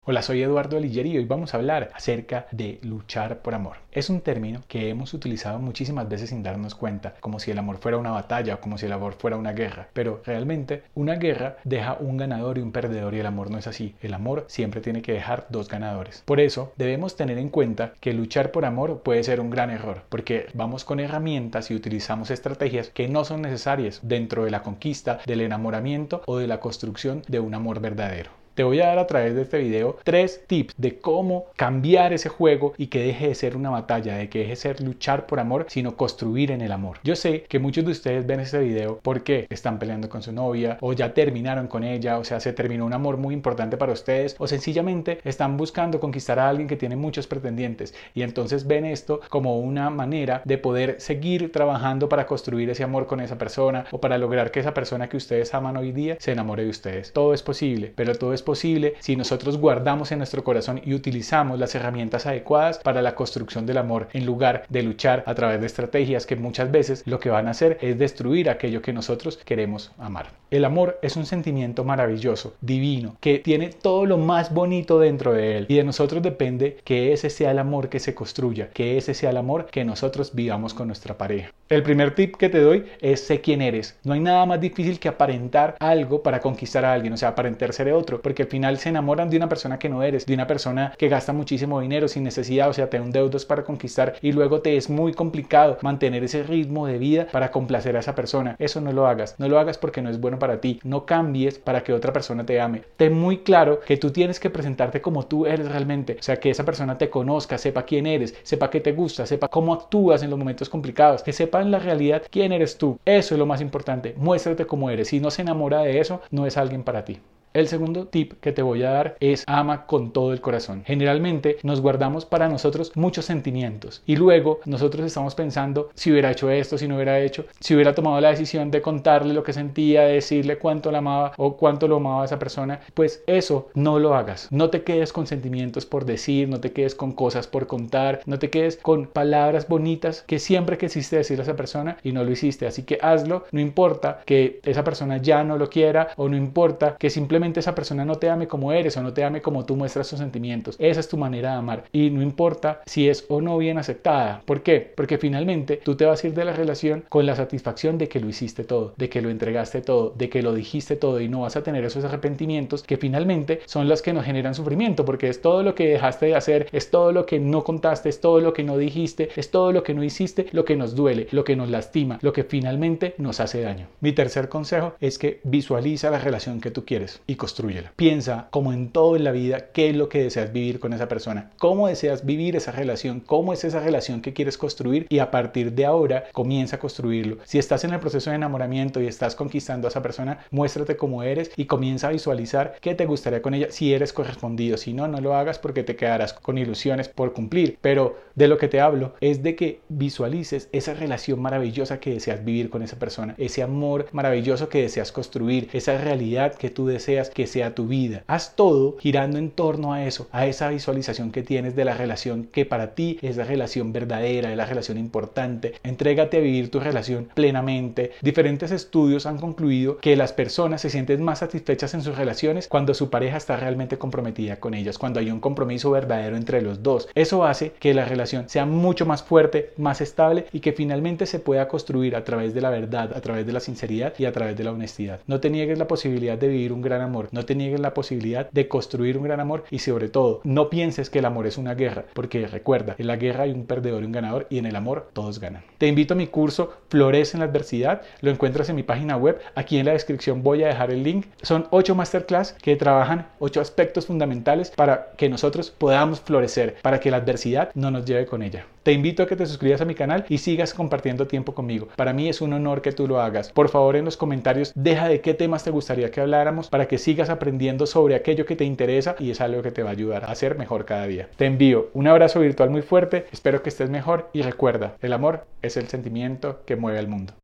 Hola, soy Eduardo Alighieri y hoy vamos a hablar acerca de luchar por amor. Es un término que hemos utilizado muchísimas veces sin darnos cuenta, como si el amor fuera una batalla o como si el amor fuera una guerra. Pero realmente una guerra deja un ganador y un perdedor y el amor no es así. El amor siempre tiene que dejar dos ganadores. Por eso debemos tener en cuenta que luchar por amor puede ser un gran error, porque vamos con herramientas y utilizamos estrategias que no son necesarias dentro de la conquista, del enamoramiento o de la construcción de un amor verdadero. Te voy a dar a través de este video 3 tips de cómo cambiar ese juego y que deje de ser una batalla, de que deje de ser luchar por amor, sino construir en el amor. Yo sé que muchos de ustedes ven este video porque están peleando con su novia o ya terminaron con ella, o sea, se terminó un amor muy importante para ustedes o sencillamente están buscando conquistar a alguien que tiene muchos pretendientes y entonces ven esto como una manera de poder seguir trabajando para construir ese amor con esa persona o para lograr que esa persona que ustedes aman hoy día se enamore de ustedes. Todo es posible, pero todo es posible si nosotros guardamos en nuestro corazón y utilizamos las herramientas adecuadas para la construcción del amor en lugar de luchar a través de estrategias que muchas veces lo que van a hacer es destruir aquello que nosotros queremos amar. El amor es un sentimiento maravilloso, divino, que tiene todo lo más bonito dentro de él y de nosotros depende que ese sea el amor que se construya, que ese sea el amor que nosotros vivamos con nuestra pareja. El primer tip que te doy es sé quién eres. No hay nada más difícil que aparentar algo para conquistar a alguien, o sea, aparentar ser otro, porque al final se enamoran de una persona que no eres, de una persona que gasta muchísimo dinero sin necesidad, o sea, te dan deudas para conquistar y luego te es muy complicado mantener ese ritmo de vida para complacer a esa persona. Eso no lo hagas porque no es bueno para ti. No cambies para que otra persona te ame. Ten muy claro que tú tienes que presentarte como tú eres realmente, o sea, que esa persona te conozca, sepa quién eres, sepa qué te gusta, sepa cómo actúas en los momentos complicados, que sepa en la realidad quién eres tú. Eso es lo más importante. Muéstrate como eres. Si no se enamora de eso, no es alguien para ti. El segundo tip que te voy a dar es ama con todo el corazón. Generalmente nos guardamos para nosotros muchos sentimientos y luego nosotros estamos pensando si hubiera hecho esto, si no hubiera hecho, si hubiera tomado la decisión de contarle lo que sentía, de decirle cuánto la amaba o cuánto lo amaba a esa persona, pues eso no lo hagas. No te quedes con sentimientos por decir, no te quedes con cosas por contar, no te quedes con palabras bonitas que siempre quisiste decirle a esa persona y no lo hiciste. Así que hazlo, no importa que esa persona ya no lo quiera o no importa que simplemente esa persona no te ame como eres o no te ame como tú muestras tus sentimientos. Esa es tu manera de amar y no importa si es o no bien aceptada. ¿Por qué? Porque finalmente tú te vas a ir de la relación con la satisfacción de que lo hiciste todo, de que lo entregaste todo, de que lo dijiste todo y no vas a tener esos arrepentimientos que finalmente son los que nos generan sufrimiento porque es todo lo que dejaste de hacer, es todo lo que no contaste, es todo lo que no dijiste, es todo lo que no hiciste, lo que nos duele, lo que nos lastima, lo que finalmente nos hace daño. Mi tercer consejo es que visualiza la relación que tú quieres y construyela. Piensa, como en todo en la vida, qué es lo que deseas vivir con esa persona, cómo deseas vivir esa relación, cómo es esa relación que quieres construir y a partir de ahora comienza a construirlo. Si estás en el proceso de enamoramiento y estás conquistando a esa persona, muéstrate como eres y comienza a visualizar qué te gustaría con ella si eres correspondido. Si no, no lo hagas porque te quedarás con ilusiones por cumplir. Pero de lo que te hablo es de que visualices esa relación maravillosa que deseas vivir con esa persona, ese amor maravilloso que deseas construir, esa realidad que tú deseas que sea tu vida. Haz todo girando en torno a eso, a esa visualización que tienes de la relación que para ti es la relación verdadera, es la relación importante. Entrégate a vivir tu relación plenamente. Diferentes estudios han concluido que las personas se sienten más satisfechas en sus relaciones cuando su pareja está realmente comprometida con ellas, cuando hay un compromiso verdadero entre los dos. Eso hace que la relación sea mucho más fuerte, más estable y que finalmente se pueda construir a través de la verdad, a través de la sinceridad y a través de la honestidad. No te niegues la posibilidad de vivir un gran amor, no te niegues la posibilidad de construir un gran amor y sobre todo no pienses que el amor es una guerra, porque recuerda, en la guerra hay un perdedor y un ganador y en el amor todos ganan. Te invito a mi curso Florece en la Adversidad, lo encuentras en mi página web, aquí en la descripción voy a dejar el link. Son 8 masterclass que trabajan 8 aspectos fundamentales para que nosotros podamos florecer, para que la adversidad no nos lleve con ella. Te invito a que te suscribas a mi canal y sigas compartiendo tiempo conmigo. Para mí es un honor que tú lo hagas. Por favor, en los comentarios deja de qué temas te gustaría que habláramos para que sigas aprendiendo sobre aquello que te interesa y es algo que te va a ayudar a ser mejor cada día. Te envío un abrazo virtual muy fuerte, espero que estés mejor y recuerda, el amor es el sentimiento que mueve al mundo.